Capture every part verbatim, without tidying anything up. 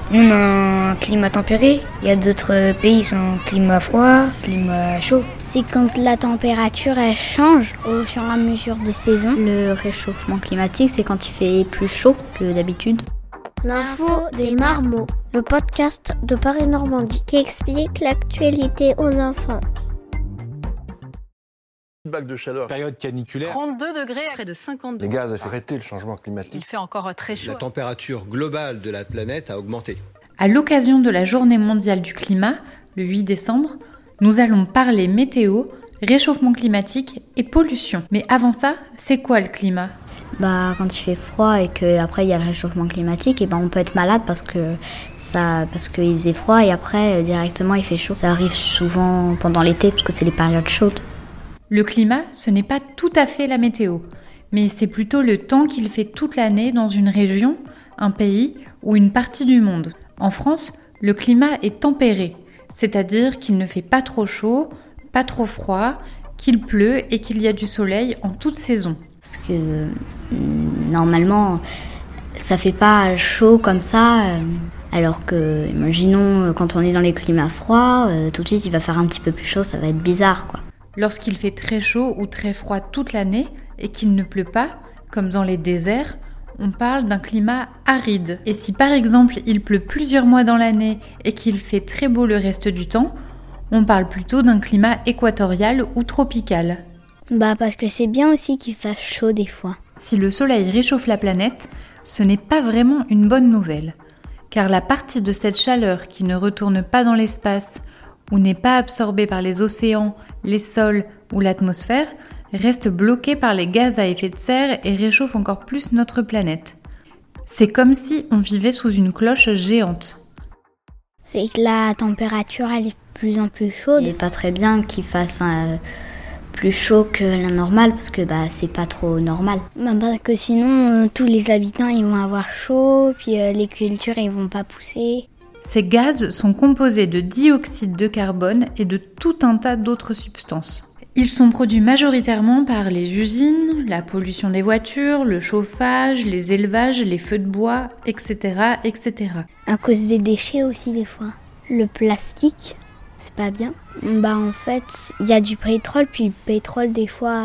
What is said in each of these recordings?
Nous, on a un climat tempéré. Il y a d'autres pays qui sont en climat froid, climat chaud. C'est quand la température elle change au fur et à mesure des saisons. Le réchauffement climatique, c'est quand il fait plus chaud que d'habitude. L'info des marmots, le podcast de Paris Normandie qui explique l'actualité aux enfants. Vague de chaleur. Période caniculaire. trente-deux degrés, près de cinquante degrés. Les gaz à faire arrêter le changement climatique. Il fait encore très chaud. La température globale de la planète a augmenté. À l'occasion de la Journée mondiale du climat, le huit décembre, nous allons parler météo, réchauffement climatique et pollution. Mais avant ça, c'est quoi le climat ? Bah, quand il fait froid et qu'après il y a le réchauffement climatique, et ben on peut être malade parce que ça, parce qu'il faisait froid et après directement il fait chaud. Ça arrive souvent pendant l'été parce que c'est les périodes chaudes. Le climat, ce n'est pas tout à fait la météo, mais c'est plutôt le temps qu'il fait toute l'année dans une région, un pays ou une partie du monde. En France, le climat est tempéré, c'est-à-dire qu'il ne fait pas trop chaud, pas trop froid, qu'il pleut et qu'il y a du soleil en toute saison. Parce que euh, normalement, ça fait pas chaud comme ça, euh, alors que, imaginons, quand on est dans les climats froids, euh, tout de suite il va faire un petit peu plus chaud, ça va être bizarre, quoi. Lorsqu'il fait très chaud ou très froid toute l'année et qu'il ne pleut pas, comme dans les déserts, on parle d'un climat aride. Et si par exemple il pleut plusieurs mois dans l'année et qu'il fait très beau le reste du temps, on parle plutôt d'un climat équatorial ou tropical. Bah parce que c'est bien aussi qu'il fasse chaud des fois. Si le soleil réchauffe la planète, ce n'est pas vraiment une bonne nouvelle, car la partie de cette chaleur qui ne retourne pas dans l'espace ou n'est pas absorbée par les océans, les sols ou l'atmosphère, reste bloquée par les gaz à effet de serre et réchauffe encore plus notre planète. C'est comme si on vivait sous une cloche géante. C'est que la température elle est de plus en plus chaude. Il n'est pas très bien qu'il fasse un, plus chaud que la normale parce que bah, c'est pas trop normal. Bah, parce que sinon euh, tous les habitants ils vont avoir chaud, puis euh, les cultures ils vont pas pousser. Ces gaz sont composés de dioxyde de carbone et de tout un tas d'autres substances. Ils sont produits majoritairement par les usines, la pollution des voitures, le chauffage, les élevages, les feux de bois, et cetera, et cetera. À cause des déchets aussi des fois. Le plastique, c'est pas bien. Bah en fait, il y a du pétrole, puis le pétrole des fois,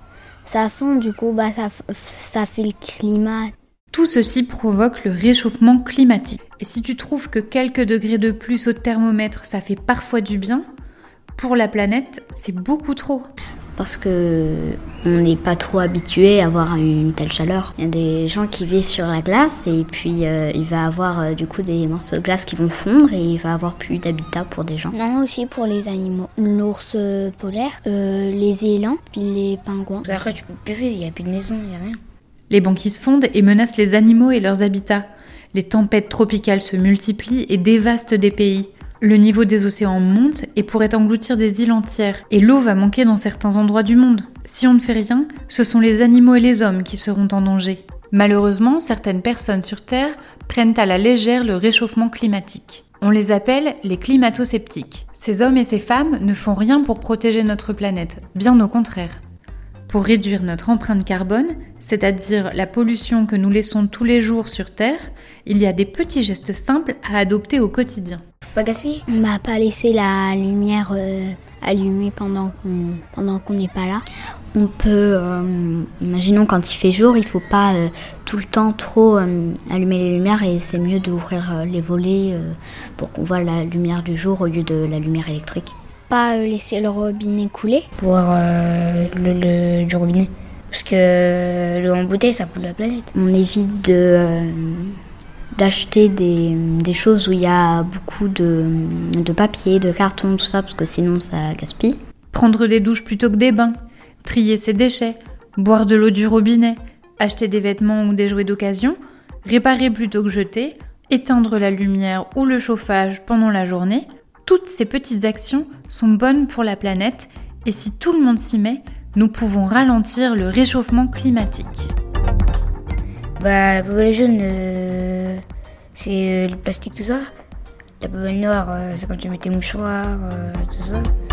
ça fond, du coup bah ça, ça fait le climat. Tout ceci provoque le réchauffement climatique. Et si tu trouves que quelques degrés de plus au thermomètre, ça fait parfois du bien, pour la planète, c'est beaucoup trop. Parce que on n'est pas trop habitué à avoir une telle chaleur. Il y a des gens qui vivent sur la glace et puis euh, il va avoir euh, du coup des morceaux de glace qui vont fondre et il va avoir plus d'habitat pour des gens. Non, aussi pour les animaux. L'ours polaire, euh, les élans, puis les pingouins. Après tu peux plus vivre, il n'y a plus de maison, il n'y a rien. Les banquises fondent et menacent les animaux et leurs habitats. Les tempêtes tropicales se multiplient et dévastent des pays. Le niveau des océans monte et pourrait engloutir des îles entières. Et l'eau va manquer dans certains endroits du monde. Si on ne fait rien, ce sont les animaux et les hommes qui seront en danger. Malheureusement, certaines personnes sur Terre prennent à la légère le réchauffement climatique. On les appelle les climato-sceptiques. Ces hommes et ces femmes ne font rien pour protéger notre planète, bien au contraire. Pour réduire notre empreinte carbone, c'est-à-dire la pollution que nous laissons tous les jours sur Terre, il y a des petits gestes simples à adopter au quotidien. Faut pas gaspiller. Bah pas laisser la lumière euh, allumée pendant qu'on pendant qu'on n'est pas là. On peut, euh, imaginons quand il fait jour, il faut pas euh, tout le temps trop euh, allumer les lumières et c'est mieux d'ouvrir euh, les volets euh, pour qu'on voit la lumière du jour au lieu de la lumière électrique. Pas euh, laisser le robinet couler. Boire euh, le, le, du robinet. Parce que l'eau en bouteille, ça pollue la planète. On évite de, euh, d'acheter des, des choses où il y a beaucoup de, de papier, de carton, tout ça, parce que sinon ça gaspille. Prendre des douches plutôt que des bains, trier ses déchets, boire de l'eau du robinet, acheter des vêtements ou des jouets d'occasion, réparer plutôt que jeter, éteindre la lumière ou le chauffage pendant la journée. Toutes ces petites actions sont bonnes pour la planète et si tout le monde s'y met, nous pouvons ralentir le réchauffement climatique. Bah, la poubelle jaune, euh, c'est euh, le plastique, tout ça. La poubelle noire, euh, c'est quand tu mets tes mouchoirs, euh, tout ça.